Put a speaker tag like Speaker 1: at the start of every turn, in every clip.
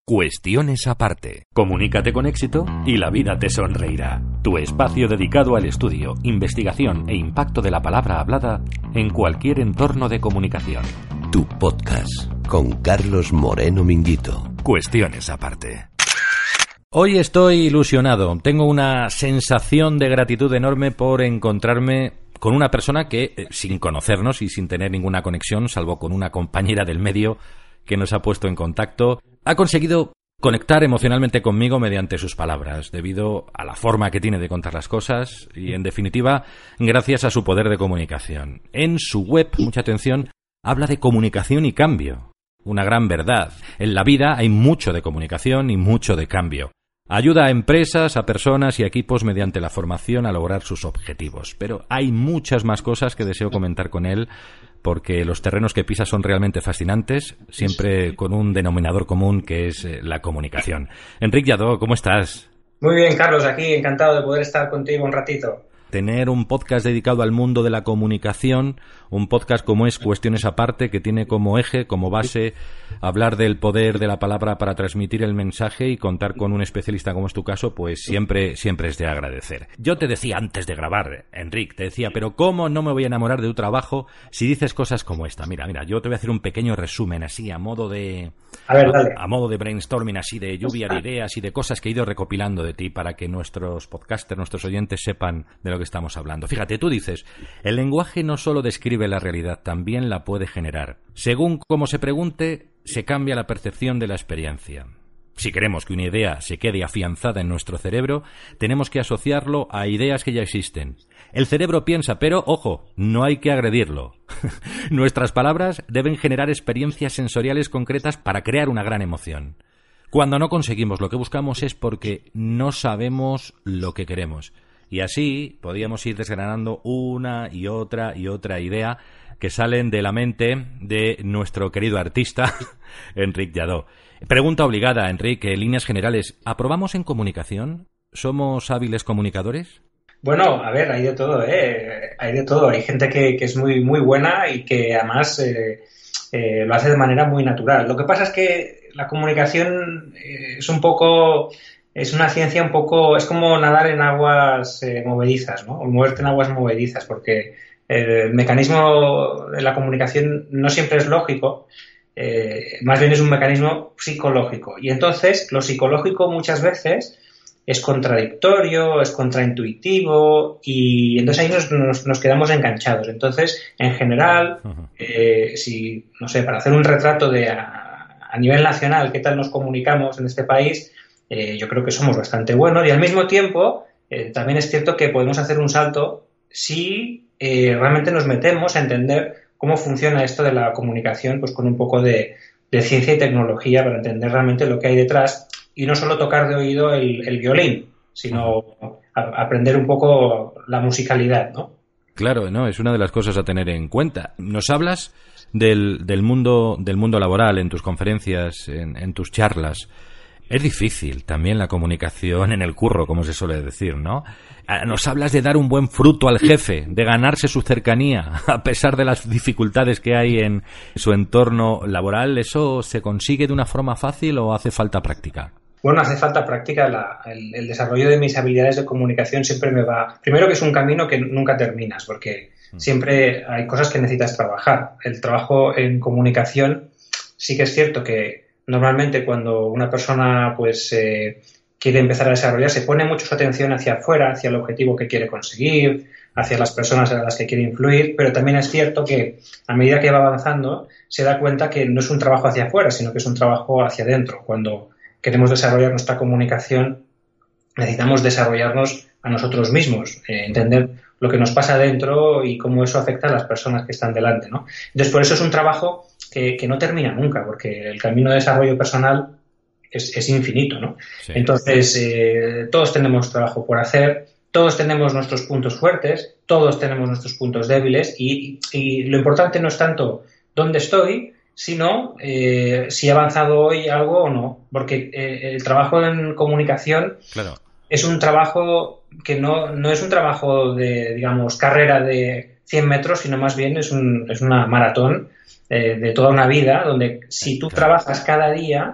Speaker 1: Cuestiones aparte. Comunícate con éxito y la vida te sonreirá. Tu espacio dedicado al estudio, investigación e impacto de la palabra hablada en cualquier entorno de comunicación.
Speaker 2: Tu podcast con Carlos Moreno Minguito.
Speaker 1: Cuestiones aparte. Hoy estoy ilusionado. Tengo una sensación de gratitud enorme por encontrarme con una persona que, sin conocernos y sin tener ninguna conexión, salvo con una compañera del medio que nos ha puesto en contacto, ha conseguido conectar emocionalmente conmigo mediante sus palabras, debido a la forma que tiene de contar las cosas y, en definitiva, gracias a su poder de comunicación. En su web, mucha atención, habla de comunicación y cambio. Una gran verdad. En la vida hay mucho de comunicación y mucho de cambio. Ayuda a empresas, a personas y a equipos mediante la formación a lograr sus objetivos. Pero hay muchas más cosas que deseo comentar con él, porque los terrenos que pisa son realmente fascinantes, siempre con un denominador común que es la comunicación. Enric Lladó, ¿cómo estás?
Speaker 3: Muy bien, Carlos, aquí encantado de poder estar contigo un ratito.
Speaker 1: Tener un podcast dedicado al mundo de la comunicación, un podcast como es Cuestiones Aparte, que tiene como eje, como base, hablar del poder de la palabra para transmitir el mensaje y contar con un especialista como es tu caso, pues siempre es de agradecer. Yo te decía antes de grabar, Enric, te decía, pero ¿cómo no me voy a enamorar de tu trabajo si dices cosas como esta? Mira, yo te voy a hacer un pequeño resumen así, a modo de brainstorming, así de lluvia de ideas y de cosas que he ido recopilando de ti para que nuestros podcasters, nuestros oyentes sepan de lo que estamos hablando. Fíjate, tú dices, el lenguaje no solo describe la realidad, también la puede generar. Según cómo se pregunte, se cambia la percepción de la experiencia. Si queremos que una idea se quede afianzada en nuestro cerebro, tenemos que asociarlo a ideas que ya existen. El cerebro piensa, pero, ojo, no hay que agredirlo. Nuestras palabras deben generar experiencias sensoriales concretas para crear una gran emoción. Cuando no conseguimos lo que buscamos es porque no sabemos lo que queremos. Y así podíamos ir desgranando una y otra idea que salen de la mente de nuestro querido artista, Enric Lladó. Pregunta obligada, Enric, en líneas generales, ¿aprobamos en comunicación? ¿Somos hábiles comunicadores?
Speaker 3: Bueno, a ver, hay de todo, hay de todo. Hay gente que es muy, muy buena y que además lo hace de manera muy natural. Lo que pasa es que la comunicación es una ciencia un poco, es como nadar en aguas movedizas, ¿no? O moverte en aguas movedizas, porque el mecanismo de la comunicación no siempre es lógico, más bien es un mecanismo psicológico. Y entonces lo psicológico muchas veces es contradictorio, es contraintuitivo y entonces ahí nos quedamos enganchados. Entonces, en general, para hacer un retrato de a nivel nacional, qué tal nos comunicamos en este país, yo creo que somos bastante buenos y al mismo tiempo también es cierto que podemos hacer un salto si realmente nos metemos a entender cómo funciona esto de la comunicación, pues con un poco de ciencia y tecnología para entender realmente lo que hay detrás y no solo tocar de oído el violín, sino aprender un poco la musicalidad, ¿no?
Speaker 1: Claro, no, es una de las cosas a tener en cuenta. Nos hablas del mundo laboral en tus conferencias, en tus charlas. Es difícil también la comunicación en el curro, como se suele decir, ¿no? Nos hablas de dar un buen fruto al jefe, de ganarse su cercanía, a pesar de las dificultades que hay en su entorno laboral. ¿Eso se consigue de una forma fácil o hace falta práctica?
Speaker 3: Bueno, hace falta práctica. El desarrollo de mis habilidades de comunicación siempre me va... Primero que es un camino que nunca terminas, porque siempre hay cosas que necesitas trabajar. El trabajo en comunicación sí que es cierto que normalmente cuando una persona quiere empezar a desarrollarse, pone mucho su atención hacia afuera, hacia el objetivo que quiere conseguir, hacia las personas a las que quiere influir, pero también es cierto que a medida que va avanzando se da cuenta que no es un trabajo hacia afuera, sino que es un trabajo hacia adentro. Cuando queremos desarrollar nuestra comunicación, necesitamos desarrollarnos a nosotros mismos, entender lo que nos pasa dentro y cómo eso afecta a las personas que están delante, ¿no? Entonces, por eso es un trabajo que no termina nunca, porque el camino de desarrollo personal es infinito, ¿no? Sí. Entonces, todos tenemos trabajo por hacer, todos tenemos nuestros puntos fuertes, todos tenemos nuestros puntos débiles y lo importante no es tanto dónde estoy, sino si he avanzado hoy algo o no, porque el trabajo en comunicación es un trabajo que no es un trabajo de, digamos, carrera de 100 metros, sino más bien es una maratón de toda una vida, donde si tú trabajas cada día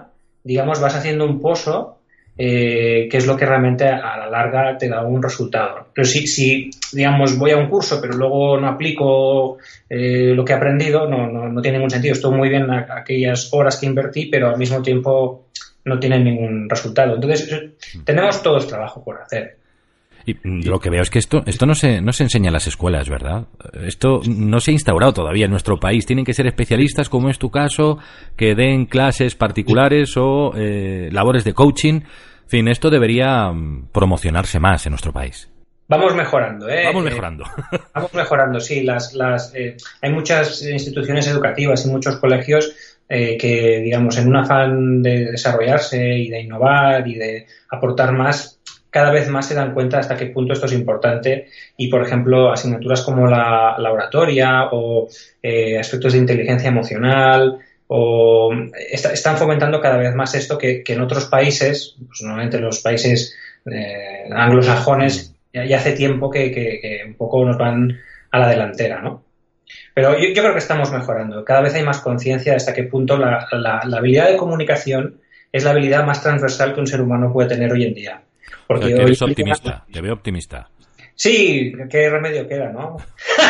Speaker 3: digamos, vas haciendo un pozo que es lo que realmente a la larga te da un resultado. Pero si digamos, voy a un curso pero luego no aplico lo que he aprendido, no tiene ningún sentido. Estuvo muy bien aquellas horas que invertí, pero al mismo tiempo no tiene ningún resultado. Entonces, tenemos todos trabajo por hacer.
Speaker 1: Y lo que veo es que esto no se enseña en las escuelas, ¿verdad? Esto no se ha instaurado todavía en nuestro país. Tienen que ser especialistas, como es tu caso, que den clases particulares o labores de coaching. En fin, esto debería promocionarse más en nuestro país.
Speaker 3: Vamos mejorando, ¿eh?
Speaker 1: Vamos mejorando.
Speaker 3: Vamos mejorando, sí. Hay muchas instituciones educativas y muchos colegios que, digamos, en un afán de desarrollarse y de innovar y de aportar más, cada vez más se dan cuenta hasta qué punto esto es importante y, por ejemplo, asignaturas como la oratoria o aspectos de inteligencia emocional o están fomentando cada vez más esto que en otros países, pues normalmente los países anglosajones, ya hace tiempo que un poco nos van a la delantera, ¿no? Pero yo creo que estamos mejorando. Cada vez hay más conciencia de hasta qué punto la habilidad de comunicación es la habilidad más transversal que un ser humano puede tener hoy en día.
Speaker 1: Porque te ves optimista, te veo optimista.
Speaker 3: Sí, qué remedio queda, ¿no?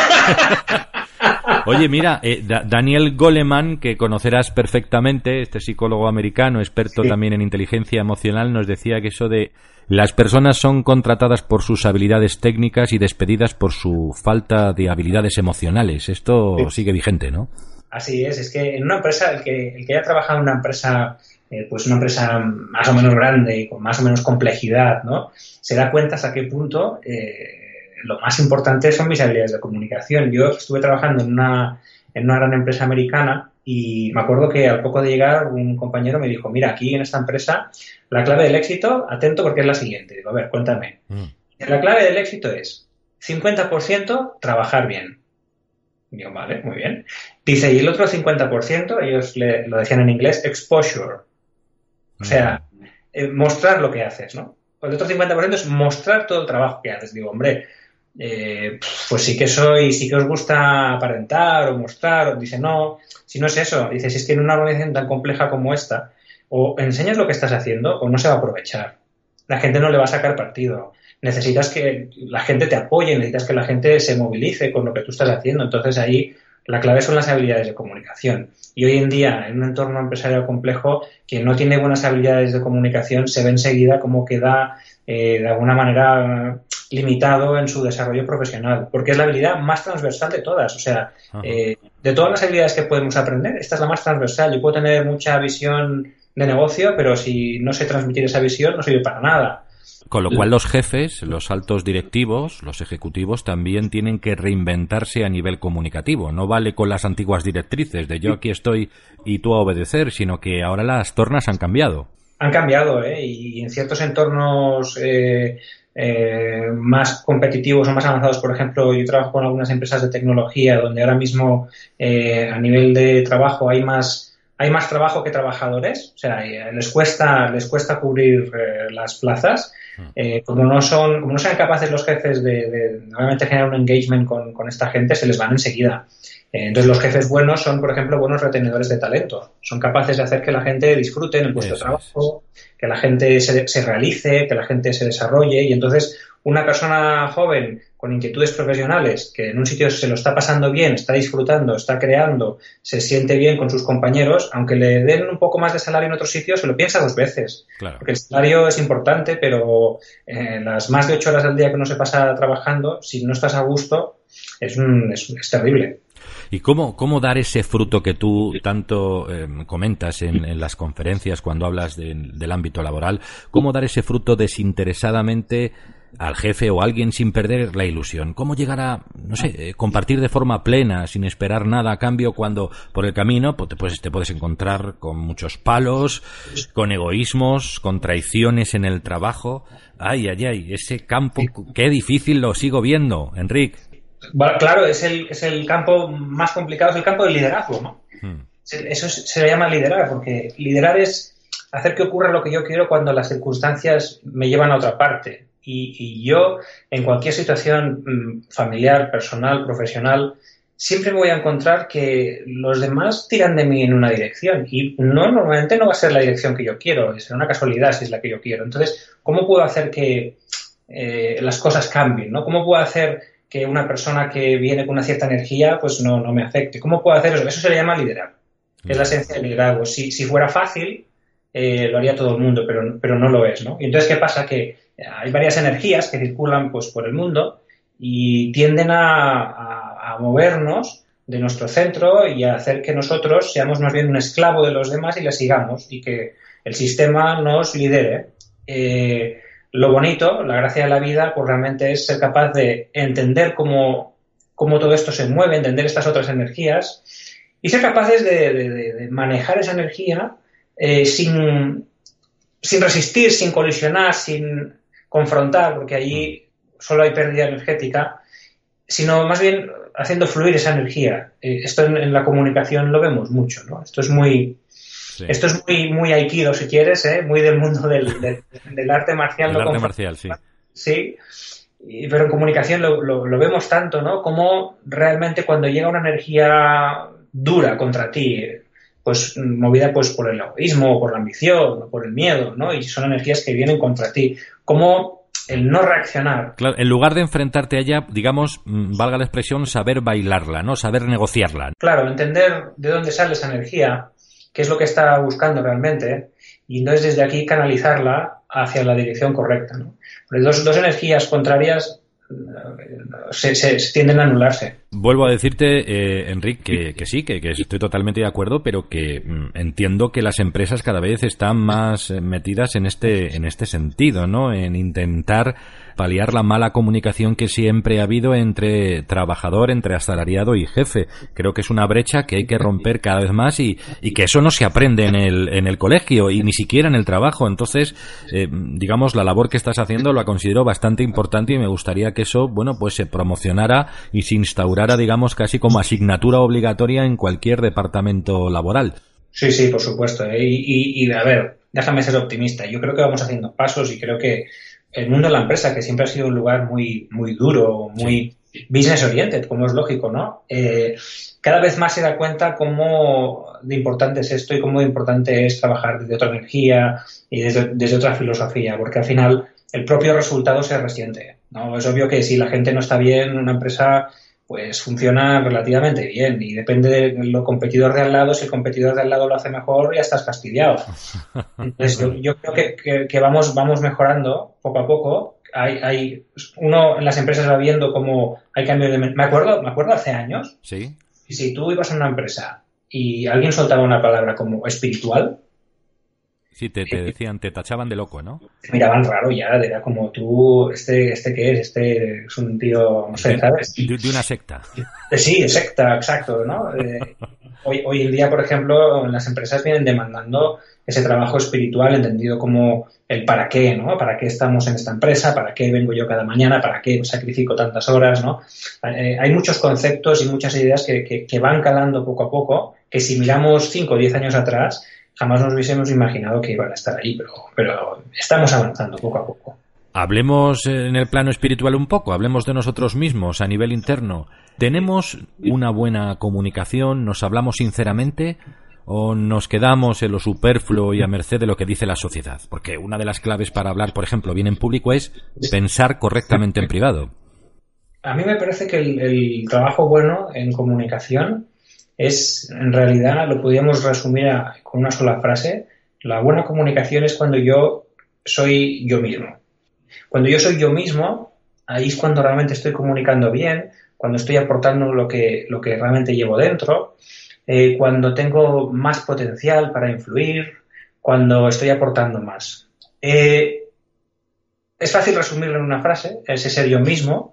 Speaker 1: Oye, mira, Daniel Goleman, que conocerás perfectamente, este psicólogo americano, experto también en inteligencia emocional, nos decía que eso de las personas son contratadas por sus habilidades técnicas y despedidas por su falta de habilidades emocionales. Esto sigue vigente, ¿no?
Speaker 3: Así es que en una empresa, el que haya trabajado en una empresa, pues una empresa más o menos grande y con más o menos complejidad, ¿no? Se da cuenta hasta qué punto lo más importante son mis habilidades de comunicación. Yo estuve trabajando en una gran empresa americana y me acuerdo que al poco de llegar un compañero me dijo, mira, aquí en esta empresa la clave del éxito, atento porque es la siguiente. Digo, a ver, cuéntame. La clave del éxito es 50% trabajar bien. Digo, vale, muy bien. Dice, y el otro 50%, ellos lo decían en inglés, exposure. O sea, mostrar lo que haces, ¿no? El otro 50% es mostrar todo el trabajo que haces. Digo, hombre, pues sí que os gusta aparentar o mostrar. Dice, no, si no es eso. Dice, si es que en una organización tan compleja como esta, o enseñas lo que estás haciendo o no se va a aprovechar. La gente no le va a sacar partido. Necesitas que la gente te apoye, necesitas que la gente se movilice con lo que tú estás haciendo. Entonces ahí la clave son las habilidades de comunicación. Y hoy en día, en un entorno empresarial complejo, quien no tiene buenas habilidades de comunicación se ve enseguida como queda de alguna manera limitado en su desarrollo profesional, porque es la habilidad más transversal de todas. O sea, de todas las habilidades que podemos aprender, esta es la más transversal. Yo puedo tener mucha visión de negocio, pero si no sé transmitir esa visión, no sirve para nada.
Speaker 1: Con lo cual los jefes, los altos directivos, los ejecutivos también tienen que reinventarse a nivel comunicativo. No vale con las antiguas directrices de yo aquí estoy y tú a obedecer, sino que ahora las tornas han cambiado.
Speaker 3: Han cambiado, y en ciertos entornos más competitivos o más avanzados, por ejemplo, yo trabajo con algunas empresas de tecnología donde ahora mismo a nivel de trabajo hay más trabajo que trabajadores, o sea, les cuesta cubrir las plazas. Como no sean capaces los jefes de normalmente generar un engagement con esta gente, se les van enseguida. Entonces los jefes buenos son, por ejemplo, buenos retenedores de talento. Son capaces de hacer que la gente disfrute en el puesto de trabajo, que la gente se realice, que la gente se desarrolle. Y entonces una persona joven con inquietudes profesionales que en un sitio se lo está pasando bien, está disfrutando, está creando, se siente bien con sus compañeros, aunque le den un poco más de salario en otro sitio, se lo piensa dos veces.
Speaker 1: Claro.
Speaker 3: Porque el salario es importante, pero las más de 8 horas al día que uno se pasa trabajando, si no estás a gusto, es terrible.
Speaker 1: ¿Y cómo dar ese fruto que tú tanto comentas en las conferencias cuando hablas del ámbito laboral? ¿Cómo dar ese fruto desinteresadamente al jefe o a alguien sin perder la ilusión? ¿Cómo llegar a, compartir de forma plena, sin esperar nada a cambio, cuando por el camino pues te puedes encontrar con muchos palos, con egoísmos, con traiciones en el trabajo? Ay, ese campo, qué difícil lo sigo viendo, Enric.
Speaker 3: Bueno, claro, es el campo más complicado, es el campo del liderazgo, ¿no? Eso se le llama liderar, porque liderar es hacer que ocurra lo que yo quiero cuando las circunstancias me llevan a otra parte. Y yo, en cualquier situación familiar, personal, profesional, siempre me voy a encontrar que los demás tiran de mí en una dirección y normalmente no va a ser la dirección que yo quiero, será una casualidad si es la que yo quiero. Entonces, ¿cómo puedo hacer que las cosas cambien, ¿no? ¿Cómo puedo hacer que una persona que viene con una cierta energía pues no me afecte? ¿Cómo puedo hacer eso? Eso se le llama liderar, que es la esencia del liderazgo. Si fuera fácil, lo haría todo el mundo, pero no lo es, ¿no? Y entonces, ¿qué pasa? Que hay varias energías que circulan pues por el mundo y tienden a movernos de nuestro centro y a hacer que nosotros seamos más bien un esclavo de los demás y les sigamos y que el sistema nos lidere. Lo bonito, la gracia de la vida, pues realmente es ser capaz de entender cómo todo esto se mueve, entender estas otras energías y ser capaces de manejar esa energía sin resistir, sin colisionar, sin confrontar, porque allí solo hay pérdida energética, sino más bien haciendo fluir esa energía. Esto en la comunicación lo vemos mucho, ¿no? Esto es muy aikido, si quieres, muy del mundo del arte marcial.
Speaker 1: El arte marcial, sí.
Speaker 3: Sí, pero en comunicación lo vemos tanto, ¿no? Como realmente cuando llega una energía dura contra ti, pues movida pues por el egoísmo, por la ambición, o por el miedo, ¿no? Y son energías que vienen contra ti. Como el no reaccionar.
Speaker 1: Claro, en lugar de enfrentarte a ella, digamos, valga la expresión, saber bailarla, ¿no? Saber negociarla.
Speaker 3: Claro, entender de dónde sale esa energía, qué es lo que está buscando realmente, y entonces desde aquí canalizarla hacia la dirección correcta, ¿no? Porque dos energías contrarias se tienden a anularse.
Speaker 1: Vuelvo a decirte, Enric, que sí, que estoy totalmente de acuerdo, pero que entiendo que las empresas cada vez están más metidas en este sentido, ¿no? En intentar paliar la mala comunicación que siempre ha habido entre trabajador, entre asalariado y jefe. Creo que es una brecha que hay que romper cada vez más y que eso no se aprende en el colegio y ni siquiera en el trabajo. Entonces, digamos, la labor que estás haciendo la considero bastante importante y me gustaría que eso, bueno, pues se promocionara y se instaurara, digamos, casi como asignatura obligatoria en cualquier departamento laboral.
Speaker 3: Sí, por supuesto. Y a ver, déjame ser optimista. Yo creo que vamos haciendo pasos y creo que el mundo de la empresa, que siempre ha sido un lugar muy, muy duro, muy business oriented, como es lógico, ¿no? Cada vez más se da cuenta cómo de importante es esto y cómo de importante es trabajar desde otra energía y desde otra filosofía, porque al final el propio resultado se resiente, ¿no? Es obvio que si la gente no está bien, una empresa pues funciona relativamente bien y depende de lo competidor de al lado. Si el competidor de al lado lo hace mejor, ya estás fastidiado. Entonces yo creo que vamos mejorando poco a poco. Uno en las empresas va viendo cómo hay cambios de... Me acuerdo hace años.
Speaker 1: Sí.
Speaker 3: Y si tú ibas a una empresa y alguien soltaba una palabra como espiritual...
Speaker 1: Sí, te decían, te tachaban de loco, ¿no?
Speaker 3: Te miraban raro ya, era como tú, ¿qué es? Este es un tío, no sé, ¿sabes?
Speaker 1: De una secta.
Speaker 3: Sí, secta, exacto, ¿no? Hoy en día, por ejemplo, en las empresas vienen demandando ese trabajo espiritual entendido como el para qué, ¿no? ¿Para qué estamos en esta empresa? ¿Para qué vengo yo cada mañana? ¿Para qué sacrifico tantas horas, no? Hay muchos conceptos y muchas ideas que van calando poco a poco, que si miramos 5 o 10 años atrás, jamás nos hubiésemos imaginado que iban a estar ahí, pero estamos avanzando poco a poco.
Speaker 1: Hablemos en el plano espiritual un poco, hablemos de nosotros mismos a nivel interno. ¿Tenemos una buena comunicación? ¿Nos hablamos sinceramente? ¿O nos quedamos en lo superfluo y a merced de lo que dice la sociedad? Porque una de las claves para hablar, por ejemplo, bien en público es pensar correctamente en privado.
Speaker 3: A mí me parece que el trabajo bueno en comunicación es, en realidad, lo podríamos resumir con una sola frase. La buena comunicación es cuando yo soy yo mismo. Cuando yo soy yo mismo, ahí es cuando realmente estoy comunicando bien, cuando estoy aportando lo que realmente llevo dentro, cuando tengo más potencial para influir, cuando estoy aportando más. Es fácil resumirlo en una frase, ese ser yo mismo,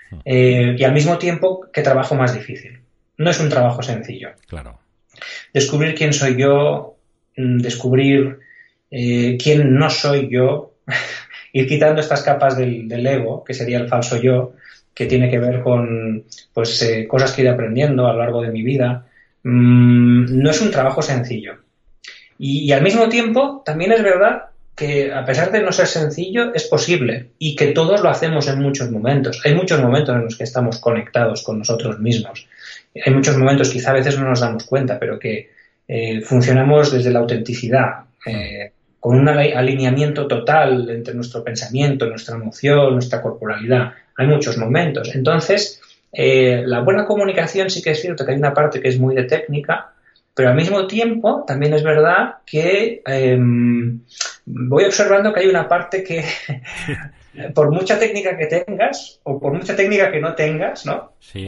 Speaker 3: y al mismo tiempo, ¿qué trabajo más difícil? No es un trabajo sencillo.
Speaker 1: Claro.
Speaker 3: Descubrir quién soy yo, descubrir quién no soy yo, ir quitando estas capas del ego, que sería el falso yo, que tiene que ver con cosas que he ido aprendiendo a lo largo de mi vida. No es un trabajo sencillo. Y al mismo tiempo, también es verdad que a pesar de no ser sencillo, es posible y que todos lo hacemos en muchos momentos. Hay muchos momentos en los que estamos conectados con nosotros mismos. hay muchos momentos, quizá a veces no nos damos cuenta, pero que funcionamos desde la autenticidad, con un alineamiento total entre nuestro pensamiento, nuestra emoción, nuestra corporalidad. Hay muchos momentos. Entonces, la buena comunicación sí que es cierto que hay una parte que es muy de técnica, pero al mismo tiempo también es verdad que voy observando que hay una parte que por mucha técnica que tengas o por mucha técnica que no tengas, ¿no?
Speaker 1: Sí.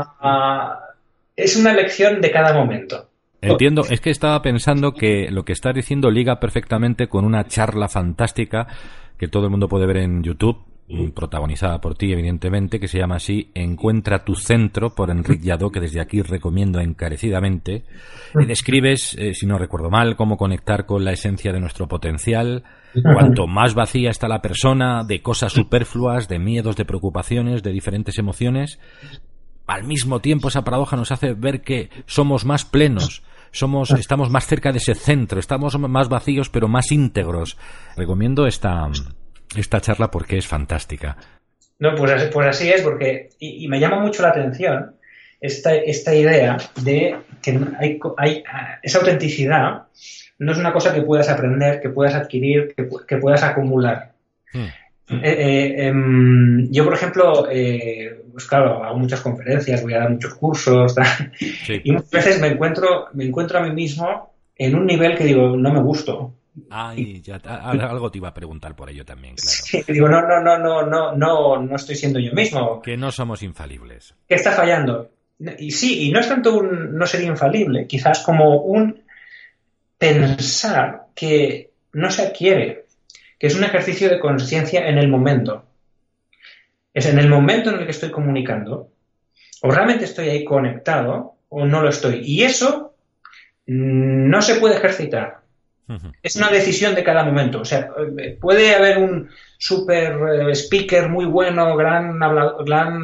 Speaker 3: Es una lección de cada momento.
Speaker 1: Entiendo, es que estaba pensando que lo que estás diciendo liga perfectamente con una charla fantástica que todo el mundo puede ver en YouTube, protagonizada por ti, evidentemente, que se llama así Encuentra tu centro, por Enric Lladó, que desde aquí recomiendo encarecidamente. Describes, si no recuerdo mal, cómo conectar con la esencia de nuestro potencial. Cuanto más vacía está la persona de cosas superfluas, de miedos, de preocupaciones, de diferentes emociones, al mismo tiempo esa paradoja nos hace ver que somos más plenos, estamos más cerca de ese centro, estamos más vacíos pero más íntegros. Recomiendo esta charla porque es fantástica.
Speaker 3: No, pues así es, porque y me llama mucho la atención esta idea de que hay esa autenticidad no es una cosa que puedas aprender, que puedas adquirir, que puedas acumular. Yo, por ejemplo, pues claro, hago muchas conferencias, voy a dar muchos cursos, sí. Y muchas veces me encuentro a mí mismo en un nivel que digo, no me gusto.
Speaker 1: Algo te iba a preguntar por ello también, claro.
Speaker 3: Sí, digo, no estoy siendo yo mismo.
Speaker 1: Que no somos infalibles.
Speaker 3: ¿Qué está fallando? Y sí, y no es tanto no ser infalible, quizás como un pensar que no se adquiere, que es un ejercicio de conciencia en el momento. Es en el momento en el que estoy comunicando, o realmente estoy ahí conectado, o no lo estoy. Y eso no se puede ejercitar. Es una decisión de cada momento. O sea, puede haber un super speaker muy bueno, una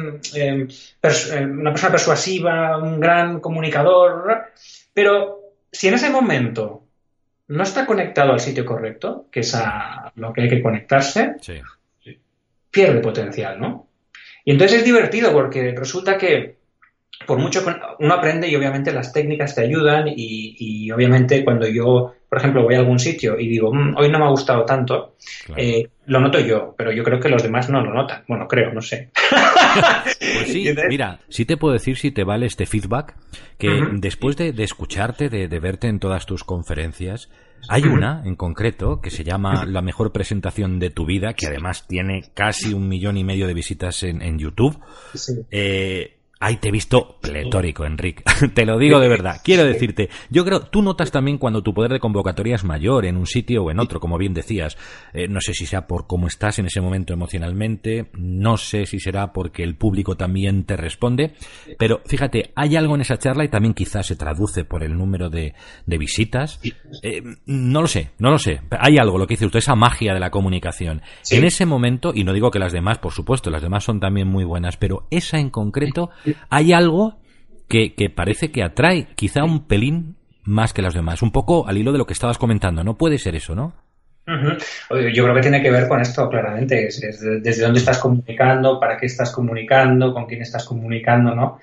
Speaker 3: persona persuasiva, un gran comunicador, pero si en ese momento no está conectado al sitio correcto, que es a lo que hay que conectarse, sí, pierde potencial, ¿no? Y entonces es divertido porque resulta que por mucho que uno aprende y obviamente las técnicas te ayudan y obviamente cuando yo, por ejemplo, voy a algún sitio y digo, hoy no me ha gustado tanto, claro, lo noto yo, pero yo creo que los demás no lo notan. Bueno, creo, no sé.
Speaker 1: Pues sí, mira, sí te puedo decir, si te vale este feedback, que después de escucharte, de verte en todas tus conferencias, hay una en concreto que se llama La mejor presentación de tu vida, que además tiene casi 1,5 millones de visitas en YouTube. Sí. Ahí te he visto pletórico, Enric. Te lo digo de verdad. Quiero decirte, yo creo, tú notas también cuando tu poder de convocatoria es mayor en un sitio o en otro, como bien decías. No sé si sea por cómo estás en ese momento emocionalmente, no sé si será porque el público también te responde, pero fíjate, hay algo en esa charla y también quizás se traduce por el número de visitas. No lo sé. Hay algo, lo que dice usted, esa magia de la comunicación. Sí. En ese momento, y no digo que las demás, por supuesto, las demás son también muy buenas, pero esa en concreto, hay algo que parece que atrae quizá un pelín más que las demás, un poco al hilo de lo que estabas comentando, ¿no? Puede ser eso, ¿no?
Speaker 3: Yo creo que tiene que ver con esto, claramente, es desde dónde estás comunicando, para qué estás comunicando, con quién estás comunicando, ¿no?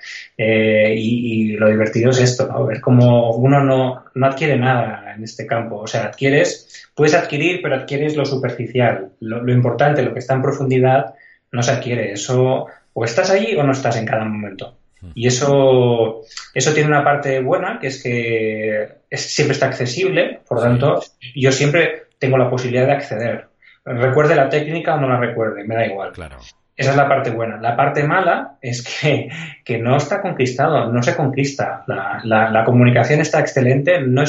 Speaker 3: Y lo divertido es esto, ¿no? Ver cómo uno no adquiere nada en este campo, o sea, puedes adquirir, pero adquieres lo superficial, lo importante, lo que está en profundidad, no se adquiere, eso o estás allí o no estás en cada momento. Y eso tiene una parte buena, que es que siempre está accesible, por lo tanto, yo siempre tengo la posibilidad de acceder. Recuerde la técnica o no la recuerde, me da igual. Claro. Esa es la parte buena. La parte mala es que no está conquistado, no se conquista. La comunicación está excelente, no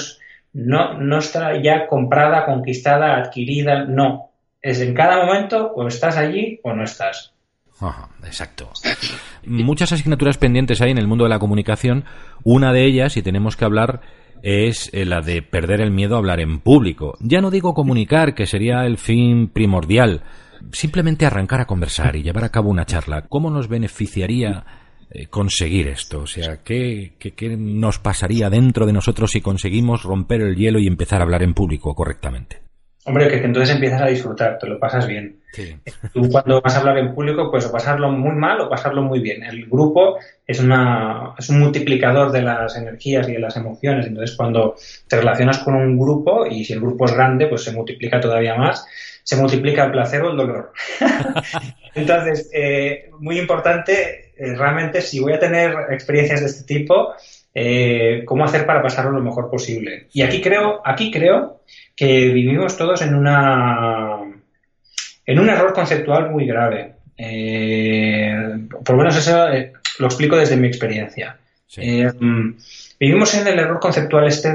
Speaker 3: está ya comprada, conquistada, adquirida, no. Es en cada momento o estás allí o no estás.
Speaker 1: Ajá, exacto. Muchas asignaturas pendientes hay en el mundo de la comunicación. Una de ellas, y tenemos que hablar, es la de perder el miedo a hablar en público. Ya no digo comunicar, que sería el fin primordial. Simplemente arrancar a conversar y llevar a cabo una charla. ¿Cómo nos beneficiaría conseguir esto? O sea, ¿qué nos pasaría dentro de nosotros si conseguimos romper el hielo y empezar a hablar en público correctamente?
Speaker 3: Hombre, que entonces empiezas a disfrutar, te lo pasas bien.
Speaker 1: Sí.
Speaker 3: Tú cuando vas a hablar en público, pues o pasarlo muy mal o pasarlo muy bien. El grupo es un multiplicador de las energías y de las emociones. Entonces, cuando te relacionas con un grupo, y si el grupo es grande, pues se multiplica todavía más, se multiplica el placer o el dolor. Entonces, muy importante, realmente, si voy a tener experiencias de este tipo, cómo hacer para pasarlo lo mejor posible. Y aquí creo que vivimos todos en un error conceptual muy grave. Por lo menos eso lo explico desde mi experiencia. Sí. Vivimos en el error conceptual este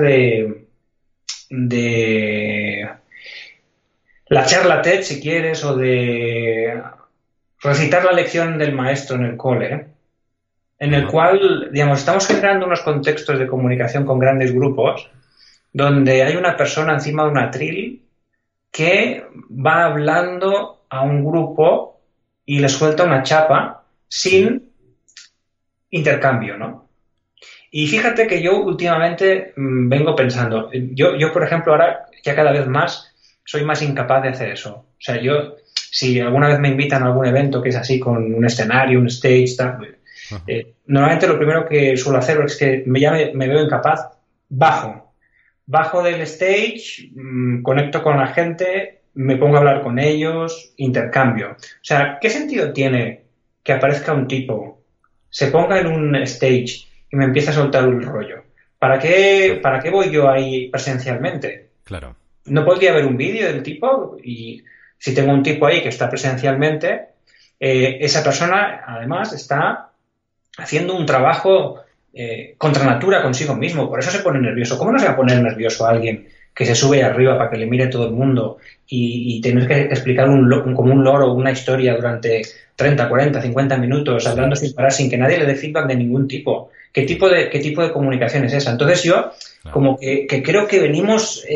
Speaker 3: de la charla TED, si quieres, o de recitar la lección del maestro en el cole, en el cual, digamos, estamos generando unos contextos de comunicación con grandes grupos donde hay una persona encima de un atril que va hablando a un grupo y le suelta una chapa sin intercambio, ¿no? Y fíjate que yo últimamente vengo pensando, yo por ejemplo ahora ya cada vez más soy más incapaz de hacer eso. O sea, yo, si alguna vez me invitan a algún evento que es así con un escenario, un stage, tal, normalmente lo primero que suelo hacer es que me veo incapaz, bajo del stage, conecto con la gente, me pongo a hablar con ellos, intercambio. O sea, ¿qué sentido tiene que aparezca un tipo, se ponga en un stage y me empiece a soltar un rollo? ¿Para qué voy yo ahí presencialmente?
Speaker 1: Claro.
Speaker 3: ¿No podría haber un vídeo del tipo? Y si tengo un tipo ahí que está presencialmente, esa persona además está haciendo un trabajo contra natura consigo mismo, por eso se pone nervioso. ¿Cómo no se va a poner nervioso alguien que se sube arriba para que le mire todo el mundo y tener que explicar como un loro una historia durante 30, 40, 50 minutos hablando sin parar, sin que nadie le dé feedback de ningún tipo? ¿Qué tipo de comunicación es esa? Entonces yo como que creo que venimos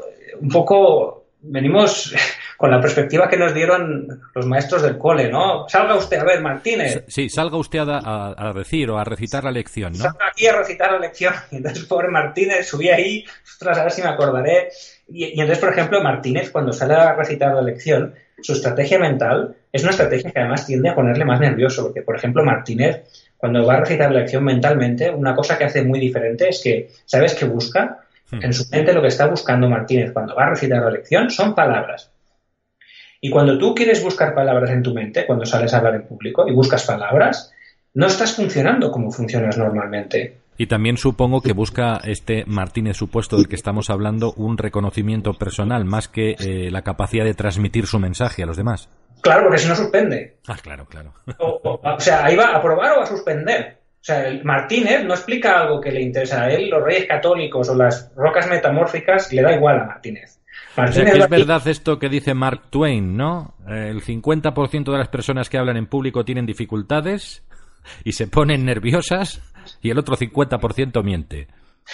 Speaker 3: con la perspectiva que nos dieron los maestros del cole, ¿no? Salga usted, a ver, Martínez.
Speaker 1: Sí, salga usted a decir o a recitar la lección, ¿no?
Speaker 3: Salga aquí a recitar la lección. Y entonces, pobre Martínez, subí ahí, ostras, a ver si me acordaré. Y entonces, por ejemplo, Martínez, cuando sale a recitar la lección, su estrategia mental es una estrategia que además tiende a ponerle más nervioso, porque, por ejemplo, Martínez, cuando va a recitar la lección mentalmente, una cosa que hace muy diferente es que, ¿sabes qué busca? En su mente lo que está buscando Martínez cuando va a recitar la lección son palabras. Y cuando tú quieres buscar palabras en tu mente, cuando sales a hablar en público y buscas palabras, no estás funcionando como funcionas normalmente.
Speaker 1: Y también supongo que busca este Martínez supuesto del que estamos hablando un reconocimiento personal más que la capacidad de transmitir su mensaje a los demás.
Speaker 3: Claro, porque si no suspende.
Speaker 1: Claro.
Speaker 3: O sea, ahí va a aprobar o a suspender. O sea, el Martínez no explica algo que le interesa a él, los reyes católicos o las rocas metamórficas, le da igual a Martínez.
Speaker 1: O sea, que es verdad esto que dice Mark Twain, ¿no? El 50% de las personas que hablan en público tienen dificultades y se ponen nerviosas y el otro 50% miente.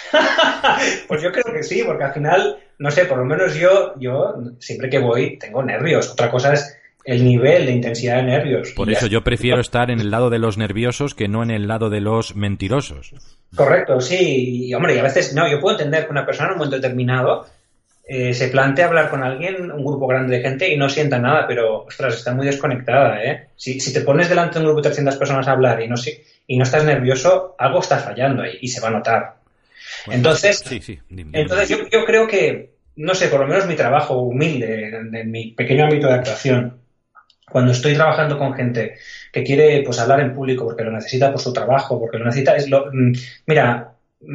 Speaker 3: Pues yo creo que sí, porque al final, no sé, por lo menos yo siempre que voy tengo nervios. Otra cosa es el nivel de intensidad de nervios.
Speaker 1: Por eso yo prefiero estar en el lado de los nerviosos que no en el lado de los mentirosos.
Speaker 3: Correcto, sí. Y hombre, y a veces, no, yo puedo entender que una persona en un momento determinado se plantea hablar con alguien, un grupo grande de gente, y no sienta nada, pero, ostras, está muy desconectada, ¿eh? Si te pones delante de un grupo de 300 personas a hablar y no estás nervioso, algo está fallando ahí y se va a notar. Bueno, entonces, Dime. Entonces yo creo que, no sé, por lo menos mi trabajo humilde, en mi pequeño ámbito de actuación, cuando estoy trabajando con gente que quiere pues hablar en público porque lo necesita por su trabajo, porque lo necesita, mira,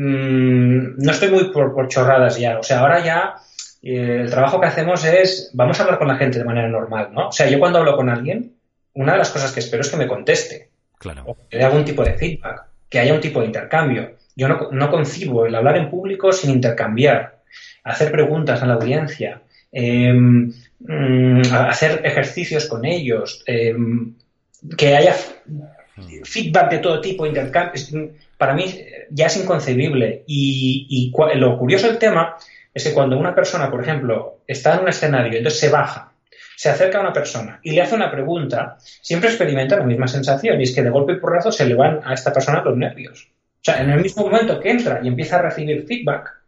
Speaker 3: no estoy muy por chorradas ya, o sea, ahora ya el trabajo que hacemos es, vamos a hablar con la gente de manera normal, ¿no? O sea, yo cuando hablo con alguien, una de las cosas que espero es que me conteste.
Speaker 1: Claro.
Speaker 3: O que dé algún tipo de feedback, que haya un tipo de intercambio. Yo no concibo el hablar en público sin intercambiar, hacer preguntas a la audiencia, hacer ejercicios con ellos, que haya feedback de todo tipo, intercambio. Para mí ya es inconcebible. Y lo curioso del tema es que cuando una persona, por ejemplo, está en un escenario, entonces se baja, se acerca a una persona y le hace una pregunta, siempre experimenta la misma sensación, y es que de golpe y porrazo se le van a esta persona los nervios. O sea, en el mismo momento que entra y empieza a recibir feedback,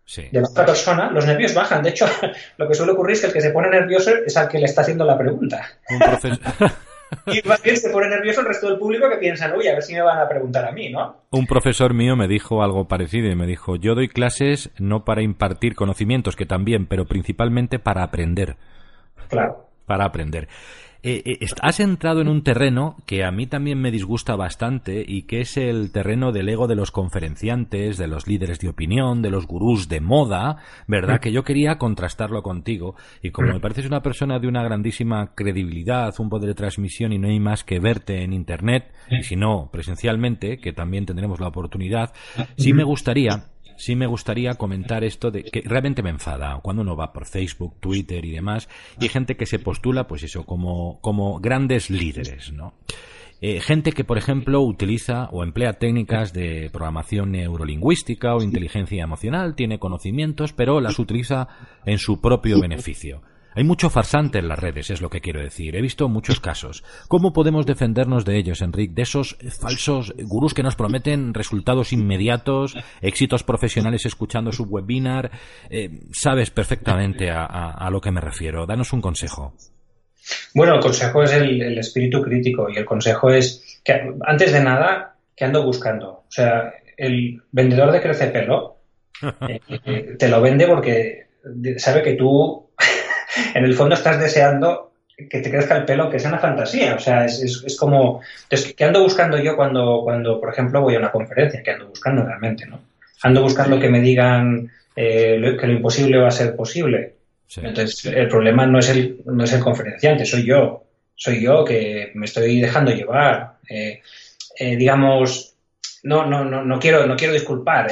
Speaker 3: de la otra persona, los nervios bajan. De hecho, lo que suele ocurrir es que el que se pone nervioso es al que le está haciendo la pregunta. Y más bien se pone nervioso el resto del público que piensan, uy, a ver si me van a preguntar a mí, ¿no?
Speaker 1: Un profesor mío me dijo algo parecido y me dijo, yo doy clases no para impartir conocimientos, que también, pero principalmente para aprender.
Speaker 3: Claro.
Speaker 1: Para aprender. Has entrado en un terreno que a mí también me disgusta bastante y que es el terreno del ego de los conferenciantes, de los líderes de opinión, de los gurús de moda, ¿verdad? Que yo quería contrastarlo contigo y como me pareces una persona de una grandísima credibilidad, un poder de transmisión y no hay más que verte en Internet y si no presencialmente, que también tendremos la oportunidad, sí me gustaría comentar esto de que realmente me enfada cuando uno va por Facebook, Twitter y demás y hay gente que se postula pues eso como grandes líderes, ¿no? Gente que, por ejemplo, utiliza o emplea técnicas de programación neurolingüística o inteligencia emocional, tiene conocimientos, pero las utiliza en su propio beneficio. Hay mucho farsante en las redes, es lo que quiero decir. He visto muchos casos. ¿Cómo podemos defendernos de ellos, Enric? De esos falsos gurús que nos prometen resultados inmediatos, éxitos profesionales escuchando su webinar. Sabes perfectamente a lo que me refiero. Danos un consejo.
Speaker 3: Bueno, el consejo es el espíritu crítico y el consejo es que, antes de nada, que ando buscando. O sea, el vendedor de Crecepelo te lo vende porque sabe que tú en el fondo estás deseando que te crezca el pelo, que sea una fantasía. O sea, es como... Entonces, ¿qué ando buscando yo cuando, por ejemplo, voy a una conferencia? ¿Qué ando buscando realmente, no? Ando buscando que me digan que lo imposible va a ser posible. Sí. Entonces, el problema no es el conferenciante, soy yo. Soy yo que me estoy dejando llevar. Digamos, no quiero disculpar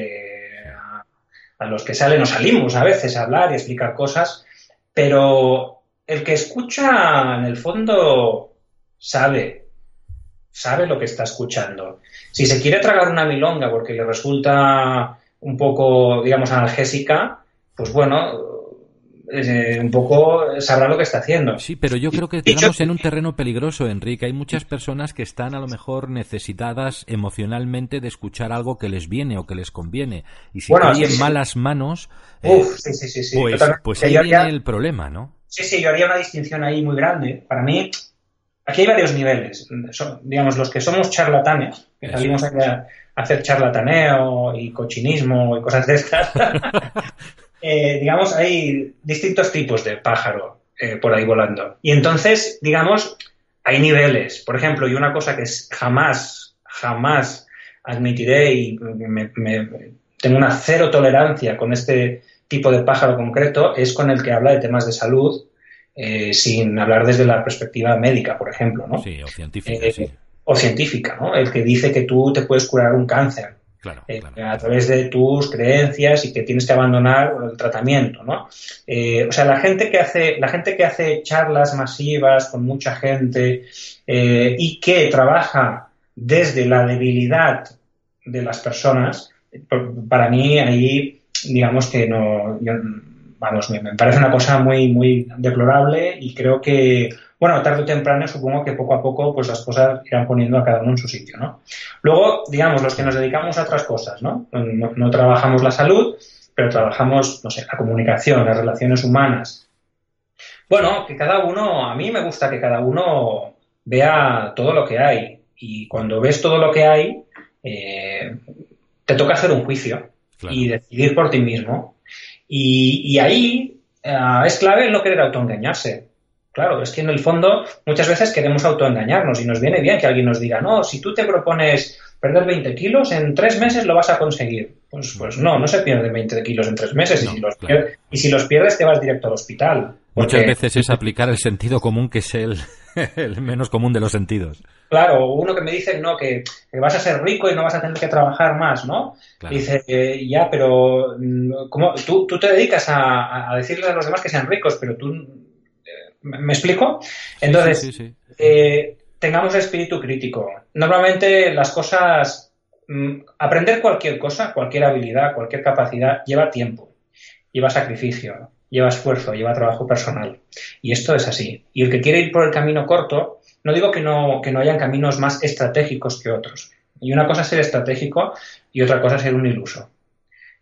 Speaker 3: a los que salen o salimos a veces a hablar y a explicar cosas, pero el que escucha, en el fondo, sabe lo que está escuchando. Si se quiere tragar una milonga porque le resulta un poco, digamos, analgésica, pues bueno, un poco sabrá lo que está haciendo.
Speaker 1: Sí, pero yo creo que estamos en un terreno peligroso, Enrique. Hay muchas personas que están a lo mejor necesitadas emocionalmente de escuchar algo que les viene o que les conviene. Y si cae en malas manos,
Speaker 3: sí.
Speaker 1: Pues ahí viene el problema, ¿no?
Speaker 3: Sí, yo haría una distinción ahí muy grande. Para mí, aquí hay varios niveles. Digamos, los que somos charlatanes, que salimos a hacer charlataneo y cochinismo y cosas de estas... digamos, hay distintos tipos de pájaro por ahí volando. Y entonces, digamos, hay niveles. Por ejemplo, y una cosa que jamás admitiré y tengo una cero tolerancia con este tipo de pájaro concreto es con el que habla de temas de salud sin hablar desde la perspectiva médica, por ejemplo, ¿no?
Speaker 1: Sí, o científica, sí.
Speaker 3: O científica, ¿no? El que dice que tú te puedes curar un cáncer.
Speaker 1: Claro.
Speaker 3: A través de tus creencias y que tienes que abandonar el tratamiento, ¿no? O sea, la gente que hace charlas masivas con mucha gente y que trabaja desde la debilidad de las personas, para mí ahí, digamos que no, me parece una cosa muy, muy deplorable y creo que, bueno, tarde o temprano supongo que poco a poco pues las cosas irán poniendo a cada uno en su sitio, ¿no? Luego, digamos, los que nos dedicamos a otras cosas, ¿no? No trabajamos la salud, pero trabajamos, no sé, la comunicación, las relaciones humanas. Bueno, que cada uno, a mí me gusta que cada uno vea todo lo que hay y cuando ves todo lo que hay, te toca hacer un juicio y decidir por ti mismo. Y ahí es clave el no querer autoengañarse. Claro, es que en el fondo muchas veces queremos autoengañarnos y nos viene bien que alguien nos diga, no, si tú te propones perder 20 kilos, en 3 meses lo vas a conseguir. Pues no se pierden 20 kilos en 3 meses y si los pierdes te vas directo al hospital.
Speaker 1: Muchas veces es aplicar el sentido común, que es el menos común de los sentidos.
Speaker 3: Claro, uno que me dice no que vas a ser rico y no vas a tener que trabajar más, ¿no? Claro. Dice, ya, pero ¿cómo? Tú te dedicas a decirles a los demás que sean ricos, pero tú... ¿Me explico? Entonces,
Speaker 1: sí.
Speaker 3: Tengamos espíritu crítico. Normalmente las cosas... aprender cualquier cosa, cualquier habilidad, cualquier capacidad, lleva tiempo, lleva sacrificio, lleva esfuerzo, lleva trabajo personal. Y esto es así. Y el que quiere ir por el camino corto, no digo que no hayan caminos más estratégicos que otros. Y una cosa es ser estratégico y otra cosa es ser un iluso.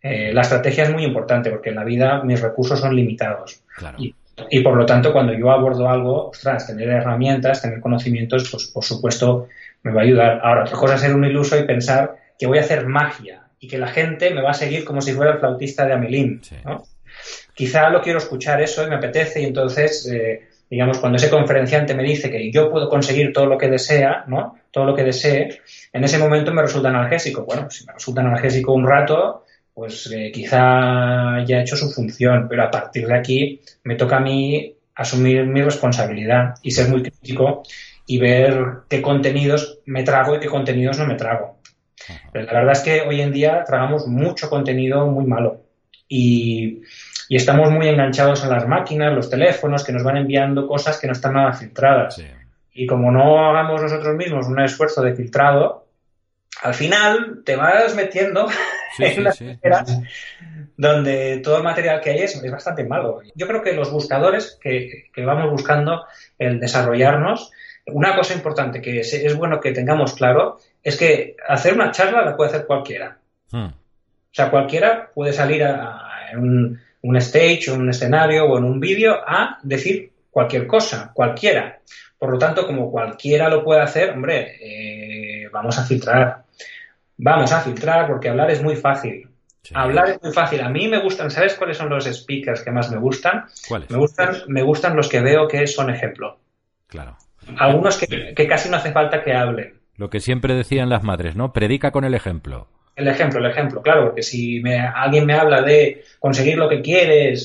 Speaker 3: La estrategia es muy importante porque en la vida mis recursos son limitados.
Speaker 1: Claro.
Speaker 3: Y por lo tanto, cuando yo abordo algo, ostras, tener herramientas, tener conocimientos, pues por supuesto me va a ayudar. Ahora, otra cosa es ser un iluso y pensar que voy a hacer magia y que la gente me va a seguir como si fuera el flautista de Amelín, ¿no? Quizá lo quiero escuchar eso y me apetece y entonces, digamos, cuando ese conferenciante me dice que yo puedo conseguir todo lo que desea, ¿no? Todo lo que desee, en ese momento me resulta analgésico. Bueno, si me resulta analgésico un rato, pues quizá ya ha hecho su función, pero a partir de aquí me toca a mí asumir mi responsabilidad y ser muy crítico y ver qué contenidos me trago y qué contenidos no me trago. Pero la verdad es que hoy en día tragamos mucho contenido muy malo y estamos muy enganchados a las máquinas, los teléfonos, que nos van enviando cosas que no están nada filtradas. Sí. Y como no hagamos nosotros mismos un esfuerzo de filtrado, al final te vas metiendo en unas esferas donde todo el material que hay es bastante malo. Yo creo que los buscadores que vamos buscando el desarrollarnos, una cosa importante que es bueno que tengamos claro es que hacer una charla la puede hacer cualquiera. O sea, cualquiera puede salir en un stage, o un escenario o en un vídeo a decir cualquier cosa, cualquiera. Por lo tanto, como cualquiera lo puede hacer, hombre, vamos a filtrar. Vamos a filtrar porque hablar es muy fácil. Sí. Hablar es muy fácil. A mí me gustan, ¿sabes cuáles son los speakers que más me gustan?
Speaker 1: ¿Cuáles?
Speaker 3: Me gustan los que veo que son ejemplo.
Speaker 1: Claro.
Speaker 3: Algunos que casi no hace falta que hablen.
Speaker 1: Lo que siempre decían las madres, ¿no? Predica con el ejemplo.
Speaker 3: El ejemplo, claro, porque si alguien me habla de conseguir lo que quieres,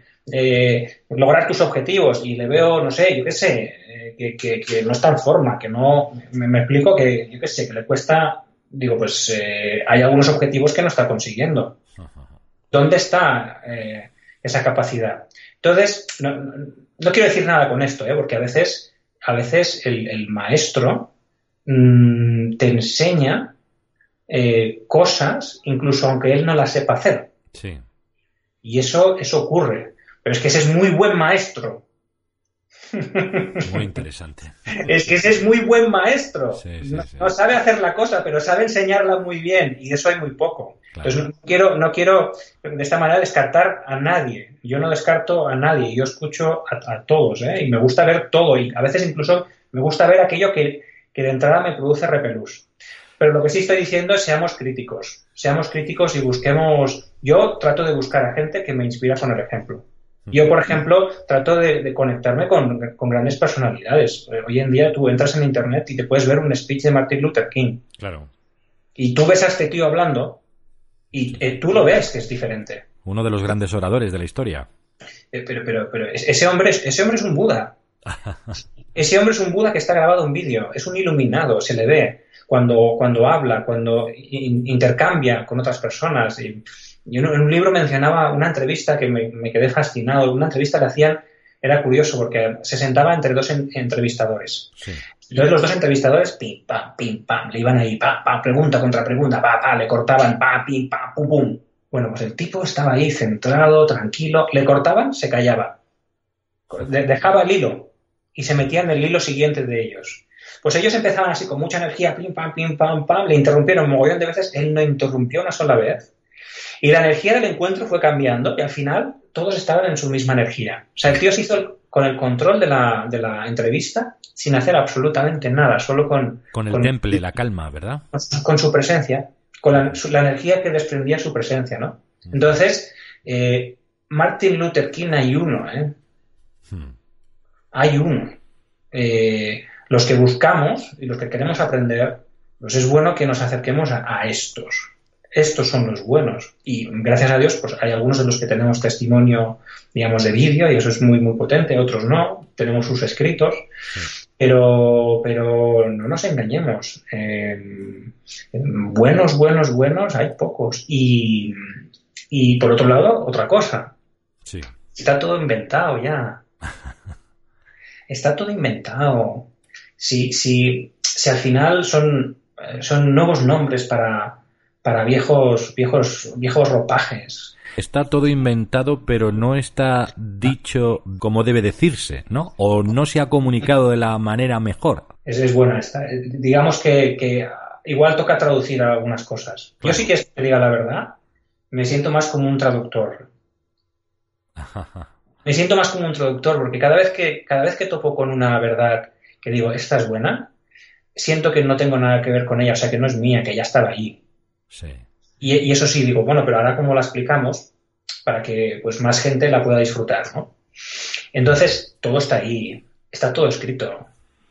Speaker 3: lograr tus objetivos y le veo, no sé, yo qué sé, que no está en forma, que no, me explico que, yo qué sé, que le cuesta, digo, pues hay algunos objetivos que no está consiguiendo. ¿Dónde está esa capacidad? Entonces, no quiero decir nada con esto, porque a veces el maestro te enseña cosas, incluso aunque él no las sepa hacer.
Speaker 1: Sí.
Speaker 3: Y eso ocurre. Pero es que ese es muy buen maestro.
Speaker 1: Muy interesante.
Speaker 3: Es que ese es muy buen maestro.
Speaker 1: Sí.
Speaker 3: No sabe hacer la cosa, pero sabe enseñarla muy bien. Y de eso hay muy poco. Claro. Entonces no quiero de esta manera descartar a nadie. Yo no descarto a nadie. Yo escucho a todos, y me gusta ver todo. Y a veces incluso me gusta ver aquello que de entrada me produce repelús. Pero lo que sí estoy diciendo es seamos críticos y busquemos. Yo trato de buscar a gente que me inspira con el ejemplo. Yo, por ejemplo, trato de conectarme con grandes personalidades. Hoy en día tú entras en Internet y te puedes ver un speech de Martin Luther King.
Speaker 1: Claro.
Speaker 3: Y tú ves a este tío hablando y tú lo ves que es diferente.
Speaker 1: Uno de los grandes oradores de la historia.
Speaker 3: Pero ese hombre es un Buda. Ese hombre es un Buda que está grabado en vídeo. Es un iluminado, se le ve cuando habla, cuando intercambia con otras personas. Y yo en un libro mencionaba una entrevista que me quedé fascinado. Una entrevista que hacían, era curioso porque se sentaba entre dos entrevistadores. Sí. Entonces los dos entrevistadores, pim, pam, le iban ahí, pregunta contra pregunta, le cortaban, pim, pam, pum, pum. Bueno, pues el tipo estaba ahí centrado, tranquilo, le cortaban, se callaba. Dejaba el hilo y se metía en el hilo siguiente de ellos. Pues ellos empezaban así con mucha energía, pim, pam, le interrumpieron un mogollón de veces, él no interrumpió una sola vez. Y la energía del encuentro fue cambiando y al final todos estaban en su misma energía. O sea, el tío se hizo con el control de la entrevista sin hacer absolutamente nada, solo con
Speaker 1: el temple, la calma, ¿verdad?
Speaker 3: Con su presencia, con la energía que desprendía su presencia, ¿no? Entonces, Martin Luther King hay uno, Hay uno. Los que buscamos y los que queremos aprender, pues es bueno que nos acerquemos a estos. Estos son los buenos. Y gracias a Dios, pues hay algunos de los que tenemos testimonio, digamos, de vídeo, y eso es muy, muy potente, otros no. Tenemos sus escritos. Sí. Pero no nos engañemos. Buenos hay pocos. Y por otro lado, otra cosa.
Speaker 1: Sí.
Speaker 3: Está todo inventado ya. Está todo inventado. Si al final son nuevos nombres para viejos ropajes.
Speaker 1: Está todo inventado, pero no está dicho como debe decirse, ¿no? O no se ha comunicado de la manera mejor.
Speaker 3: Esa es buena esta. Digamos que igual toca traducir algunas cosas. Yo sí que te diga la verdad. me siento más como un traductor. Me siento más como un traductor porque cada vez que topo con una verdad que digo, esta es buena, siento que no tengo nada que ver con ella, o sea, que no es mía, que ya estaba allí.
Speaker 1: Sí.
Speaker 3: Y eso sí, digo, bueno, pero ahora ¿cómo la explicamos para que pues más gente la pueda disfrutar, ¿no? Entonces, todo está ahí, está todo escrito.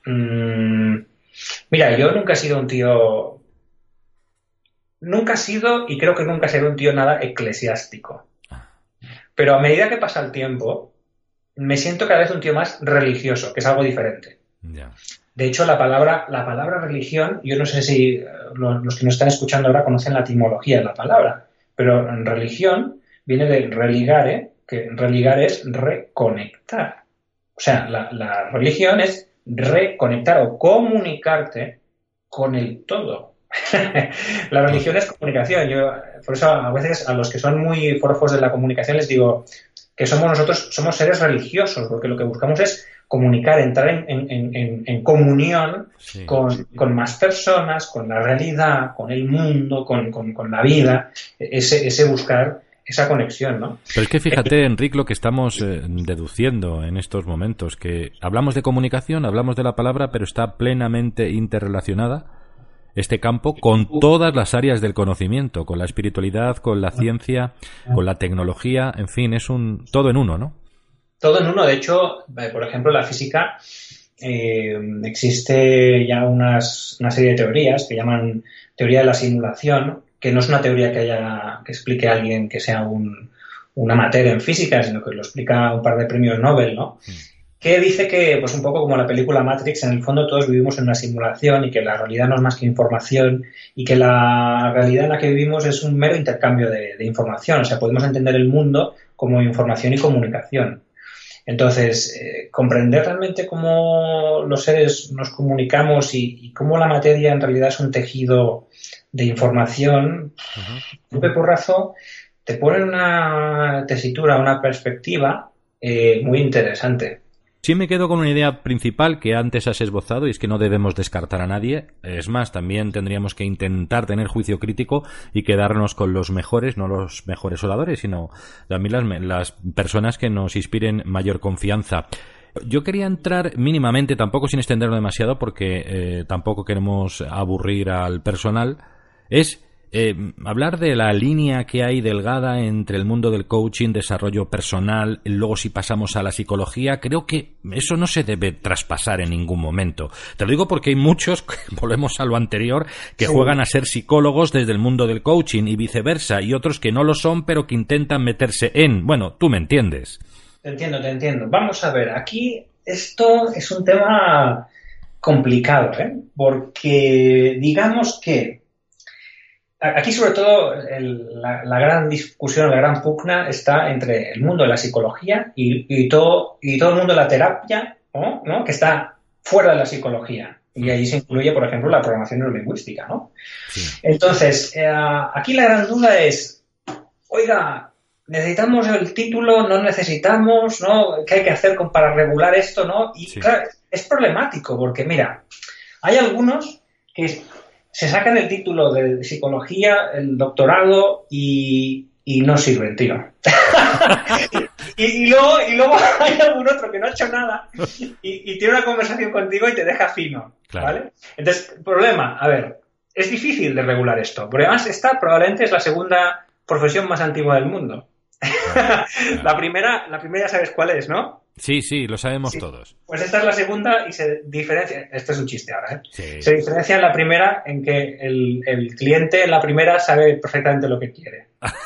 Speaker 3: Mira, yo nunca he sido un tío... Nunca he sido y creo que nunca seré un tío nada eclesiástico. Pero a medida que pasa el tiempo, me siento cada vez un tío más religioso, que es algo diferente.
Speaker 1: Yeah.
Speaker 3: De hecho, la palabra religión, yo no sé si los que nos están escuchando ahora conocen la etimología de la palabra, pero en religión viene de religare, que religar es reconectar. O sea, la religión es reconectar o comunicarte con el todo. La religión es comunicación. Yo, por eso a veces a los que son muy forofos de la comunicación les digo que somos seres religiosos, porque lo que buscamos es comunicar, entrar en comunión
Speaker 1: Sí.
Speaker 3: con más personas, con la realidad, con el mundo, con la vida, ese buscar esa conexión, ¿no?
Speaker 1: Pero es que fíjate, Enric, lo que estamos deduciendo en estos momentos, que hablamos de comunicación, hablamos de la palabra, pero está plenamente interrelacionada este campo con todas las áreas del conocimiento, con la espiritualidad, con la ciencia, con la tecnología, en fin, es un todo en uno, ¿no?
Speaker 3: Todo en uno. De hecho, por ejemplo, la física, existe ya una serie de teorías que llaman teoría de la simulación, que no es una teoría que explique a alguien que sea una materia en física, sino que lo explica un par de premios Nobel, ¿no? Que dice que, pues un poco como la película Matrix, en el fondo todos vivimos en una simulación y que la realidad no es más que información y que la realidad en la que vivimos es un mero intercambio de información. O sea, podemos entender el mundo como información y comunicación. Entonces, comprender realmente cómo los seres nos comunicamos y cómo la materia en realidad es un tejido de información, un porrazo, te pone una tesitura, una perspectiva muy interesante.
Speaker 1: Sí me quedo con una idea principal que antes has esbozado y es que no debemos descartar a nadie. Es más, también tendríamos que intentar tener juicio crítico y quedarnos con los mejores, no los mejores oradores, sino también las personas que nos inspiren mayor confianza. Yo quería entrar mínimamente, tampoco sin extenderlo demasiado porque tampoco queremos aburrir al personal, es hablar de la línea que hay delgada entre el mundo del coaching, desarrollo personal, luego si pasamos a la psicología, creo que eso no se debe traspasar en ningún momento. Te lo digo porque hay muchos, volvemos a lo anterior, que juegan a ser psicólogos desde el mundo del coaching y viceversa, y otros que no lo son pero que intentan meterse en... Bueno, tú me entiendes.
Speaker 3: Te entiendo. Vamos a ver, aquí esto es un tema complicado, porque digamos que aquí, sobre todo, la gran discusión, la gran pugna está entre el mundo de la psicología y todo el mundo de la terapia, ¿no? Que está fuera de la psicología. Y ahí se incluye, por ejemplo, la programación neurolingüística, ¿no? Sí. Entonces, aquí la gran duda es, oiga, ¿necesitamos el título? ¿No necesitamos? ¿No? ¿Qué hay que hacer para regular esto? ¿No? Y claro, es problemático porque, mira, hay algunos que se sacan el título de psicología, el doctorado y no sirven, tío. y luego hay algún otro que no ha hecho nada y tiene una conversación contigo y te deja fino, claro. ¿Vale? Entonces, problema, a ver, es difícil de regular esto, porque además esta probablemente es la segunda profesión más antigua del mundo. Claro. La primera ya sabes cuál es, ¿no?
Speaker 1: Sí, lo sabemos todos.
Speaker 3: Pues esta es la segunda y se diferencia... Esto es un chiste ahora, ¿eh? Sí. Se diferencia en la primera en que el cliente en la primera sabe perfectamente lo que quiere.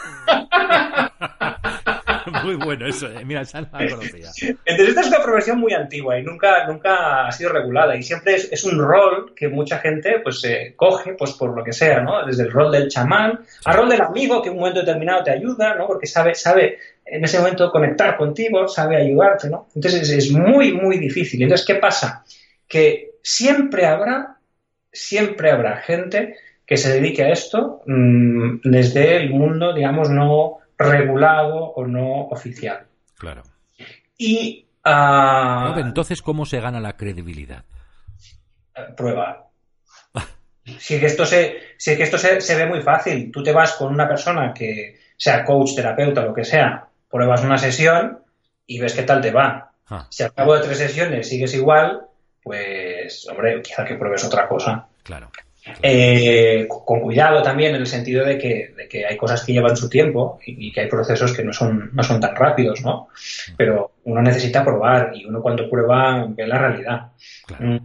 Speaker 1: Muy bueno eso, mira, esa no la conocía.
Speaker 3: Entonces esta es una profesión muy antigua y nunca ha sido regulada y siempre es un rol que mucha gente pues coge pues por lo que sea, ¿no? Desde el rol del chamán al rol del amigo que en un momento determinado te ayuda, ¿no? Porque sabe en ese momento conectar contigo, sabe ayudarte, ¿no? Entonces es muy, muy difícil. Entonces, ¿qué pasa? Que siempre habrá gente que se dedique a esto desde el mundo, digamos, no regulado o no oficial.
Speaker 1: Claro.
Speaker 3: Y
Speaker 1: entonces, ¿cómo se gana la credibilidad?
Speaker 3: Prueba. Si es que esto se ve muy fácil. Tú te vas con una persona que sea coach, terapeuta, lo que sea, pruebas una sesión y ves qué tal te va. Si al cabo de 3 sesiones sigues igual, pues, hombre, quizá que pruebes otra cosa.
Speaker 1: Claro.
Speaker 3: Con cuidado también en el sentido de que hay cosas que llevan su tiempo y que hay procesos que no son tan rápidos, ¿no? Pero uno necesita probar y uno cuando prueba ve la realidad. Claro.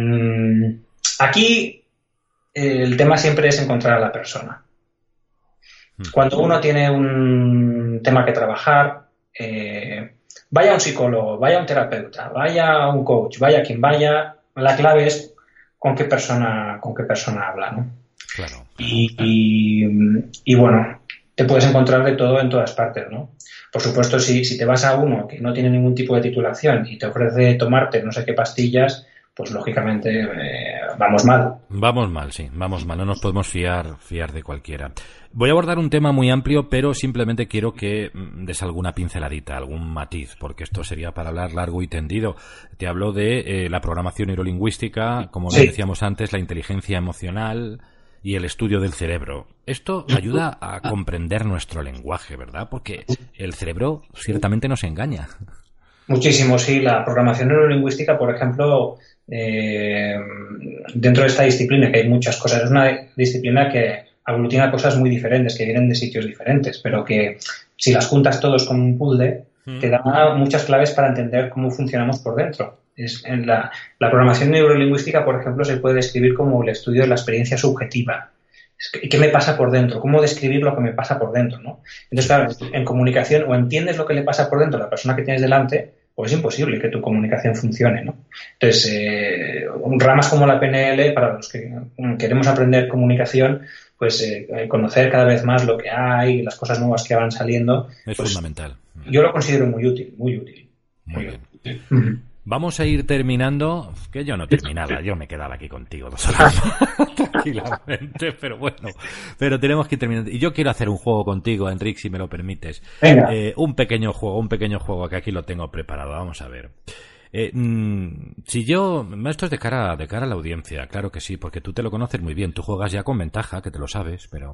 Speaker 3: Aquí el tema siempre es encontrar a la persona. Cuando uno tiene un tema que trabajar, vaya a un psicólogo, vaya a un terapeuta, vaya a un coach, vaya a quien vaya, la clave es con qué persona habla, ¿no?
Speaker 1: Claro.
Speaker 3: Y bueno, te puedes encontrar de todo en todas partes, ¿no? Por supuesto, si te vas a uno que no tiene ningún tipo de titulación y te ofrece tomarte no sé qué pastillas, pues lógicamente vamos mal.
Speaker 1: Vamos mal, sí, vamos mal. No nos podemos fiar de cualquiera. Voy a abordar un tema muy amplio, pero simplemente quiero que des alguna pinceladita, algún matiz, porque esto sería para hablar largo y tendido. Te hablo de la programación neurolingüística, como decíamos antes, la inteligencia emocional y el estudio del cerebro. Esto ayuda a comprender nuestro lenguaje, ¿verdad? Porque el cerebro ciertamente nos engaña.
Speaker 3: Muchísimo, sí. La programación neurolingüística, por ejemplo, dentro de esta disciplina, que hay muchas cosas, es una disciplina que aglutina cosas muy diferentes, que vienen de sitios diferentes, pero que si las juntas todos como un puzzle, te da muchas claves para entender cómo funcionamos por dentro. En la programación neurolingüística, por ejemplo, se puede describir como el estudio de la experiencia subjetiva. ¿Qué me pasa por dentro? ¿Cómo describir lo que me pasa por dentro, ¿no? Entonces, claro, en comunicación o entiendes lo que le pasa por dentro a la persona que tienes delante, pues es imposible que tu comunicación funcione, ¿no? Entonces, ramas como la PNL, para los que queremos aprender comunicación, pues conocer cada vez más lo que hay, las cosas nuevas que van saliendo.
Speaker 1: Es
Speaker 3: pues,
Speaker 1: fundamental.
Speaker 3: Yo lo considero muy útil, muy útil.
Speaker 1: Muy bien. Vamos a ir terminando, que yo no terminaba, yo me quedaba aquí contigo 2 horas tranquilamente, pero bueno, pero tenemos que ir terminando. Y yo quiero hacer un juego contigo, Enric, si me lo permites.
Speaker 3: Venga.
Speaker 1: Un pequeño juego que aquí lo tengo preparado, vamos a ver. Si yo, esto es de cara a la audiencia, claro que sí, porque tú te lo conoces muy bien, tú juegas ya con ventaja, que te lo sabes, pero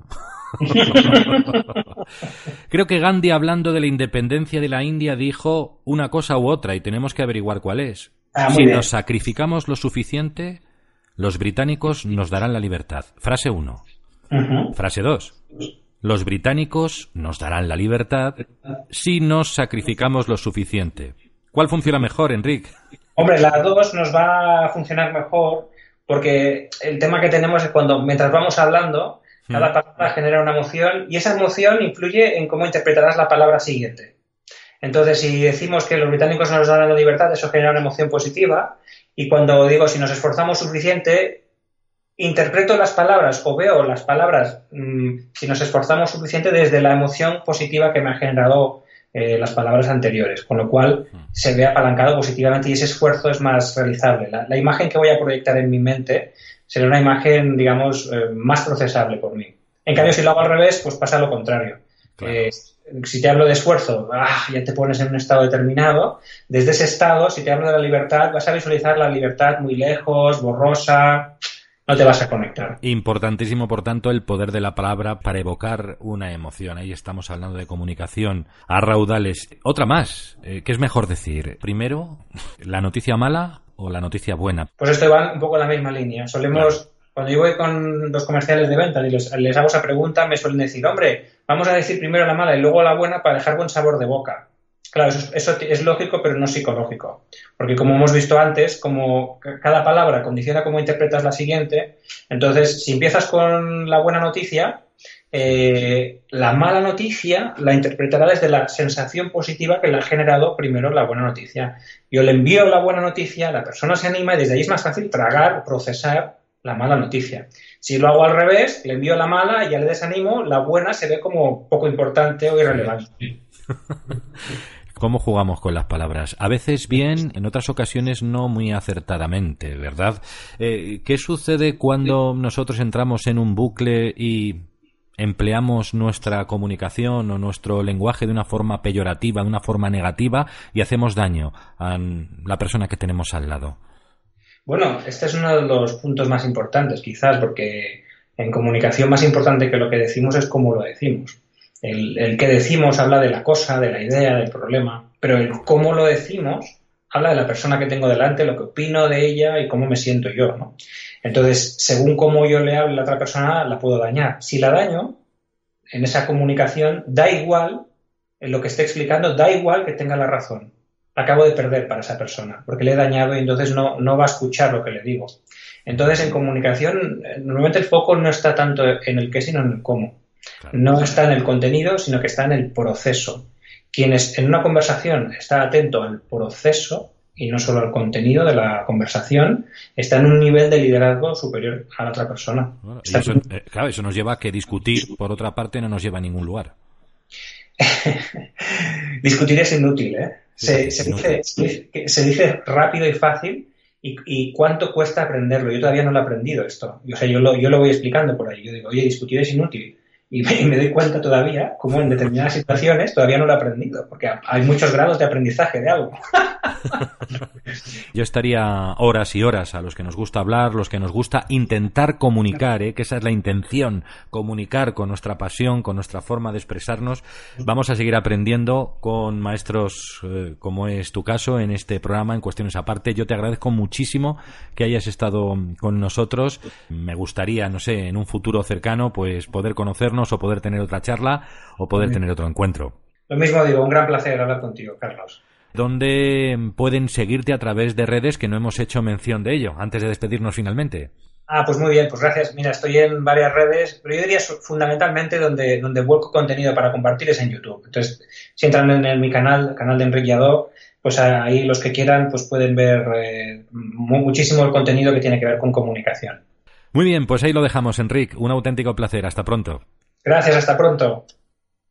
Speaker 1: creo que Gandhi, hablando de la independencia de la India, dijo una cosa u otra y tenemos que averiguar cuál es. Si nos sacrificamos lo suficiente, los británicos nos darán la libertad. Frase 1. Frase 2. Los británicos nos darán la libertad si nos sacrificamos lo suficiente. ¿Cuál funciona mejor, Enric?
Speaker 3: Hombre, la 2 nos va a funcionar mejor porque el tema que tenemos es mientras vamos hablando, cada palabra genera una emoción y esa emoción influye en cómo interpretarás la palabra siguiente. Entonces, si decimos que los británicos nos dan la libertad, eso genera una emoción positiva y cuando digo si nos esforzamos suficiente, interpreto las palabras o veo las palabras si nos esforzamos suficiente desde la emoción positiva que me ha generado las palabras anteriores, con lo cual se ve apalancado positivamente y ese esfuerzo es más realizable. La imagen que voy a proyectar en mi mente será una imagen, digamos, más procesable por mí. En cambio, si lo hago al revés, pues pasa lo contrario. Claro. Si te hablo de esfuerzo, ya te pones en un estado determinado. Desde ese estado, si te hablo de la libertad, vas a visualizar la libertad muy lejos, borrosa. No te vas a conectar.
Speaker 1: Importantísimo, por tanto, el poder de la palabra para evocar una emoción. Ahí estamos hablando de comunicación a raudales. Otra más. ¿Qué es mejor decir? Primero, ¿la noticia mala o la noticia buena?
Speaker 3: Pues esto va un poco en la misma línea. Solemos, cuando yo voy con los comerciales de venta y les hago esa pregunta, me suelen decir, hombre, vamos a decir primero la mala y luego la buena para dejar buen sabor de boca. Claro, eso es lógico, pero no psicológico. Porque como hemos visto antes, como cada palabra condiciona cómo interpretas la siguiente, entonces si empiezas con la buena noticia, la mala noticia la interpretará desde la sensación positiva que le ha generado primero la buena noticia. Yo le envío la buena noticia, la persona se anima y desde ahí es más fácil tragar, procesar la mala noticia. Si lo hago al revés, le envío la mala y ya le desanimo, la buena se ve como poco importante o irrelevante.
Speaker 1: ¿Cómo jugamos con las palabras? A veces bien, en otras ocasiones no muy acertadamente, ¿verdad? ¿Qué sucede cuando nosotros entramos en un bucle y empleamos nuestra comunicación o nuestro lenguaje de una forma peyorativa, de una forma negativa y hacemos daño a la persona que tenemos al lado?
Speaker 3: Bueno, este es uno de los puntos más importantes, quizás, porque en comunicación más importante que lo que decimos es cómo lo decimos. El que decimos habla de la cosa, de la idea, del problema, pero el cómo lo decimos habla de la persona que tengo delante, lo que opino de ella y cómo me siento yo, ¿no? Entonces, según cómo yo le hable a la otra persona, la puedo dañar. Si la daño, en esa comunicación, da igual, en lo que esté explicando, da igual que tenga la razón. Acabo de perder para esa persona, porque le he dañado y entonces no va a escuchar lo que le digo. Entonces, en comunicación, normalmente el foco no está tanto en el qué, sino en el cómo. Claro. No está en el contenido, sino que está en el proceso. Quien en una conversación está atento al proceso y no solo al contenido de la conversación, está en un nivel de liderazgo superior a la otra persona.
Speaker 1: Bueno, claro, eso nos lleva a que discutir, por otra parte, no nos lleva a ningún lugar.
Speaker 3: Discutir es inútil, ¿eh? Se dice rápido y fácil. ¿Y cuánto cuesta aprenderlo? Yo todavía no lo he aprendido esto. O sea, yo lo voy explicando por ahí. Yo digo, oye, discutir es inútil. Y me doy cuenta todavía, como en determinadas situaciones, todavía no lo he aprendido, porque hay muchos grados de aprendizaje de algo.
Speaker 1: Yo estaría horas y horas, a los que nos gusta hablar, los que nos gusta intentar comunicar, que esa es la intención, comunicar con nuestra pasión, con nuestra forma de expresarnos. Vamos a seguir aprendiendo con maestros como es tu caso en este programa, en Cuestiones Aparte. Yo te agradezco muchísimo que hayas estado con nosotros. Me gustaría, no sé, en un futuro cercano, pues poder conocernos o poder tener otra charla o poder tener otro encuentro.
Speaker 3: Lo mismo digo, un gran placer hablar contigo, Carlos.
Speaker 1: ¿Dónde pueden seguirte a través de redes que no hemos hecho mención de ello antes de despedirnos finalmente?
Speaker 3: Pues muy bien, pues gracias. Mira, estoy en varias redes, pero yo diría fundamentalmente donde vuelco contenido para compartir es en YouTube. Entonces, si entran en mi canal de Enric Lladó, pues ahí los que quieran pues pueden ver muchísimo el contenido que tiene que ver con comunicación.
Speaker 1: Muy bien, pues ahí lo dejamos, Enric. Un auténtico placer. Hasta pronto.
Speaker 3: Gracias, hasta pronto.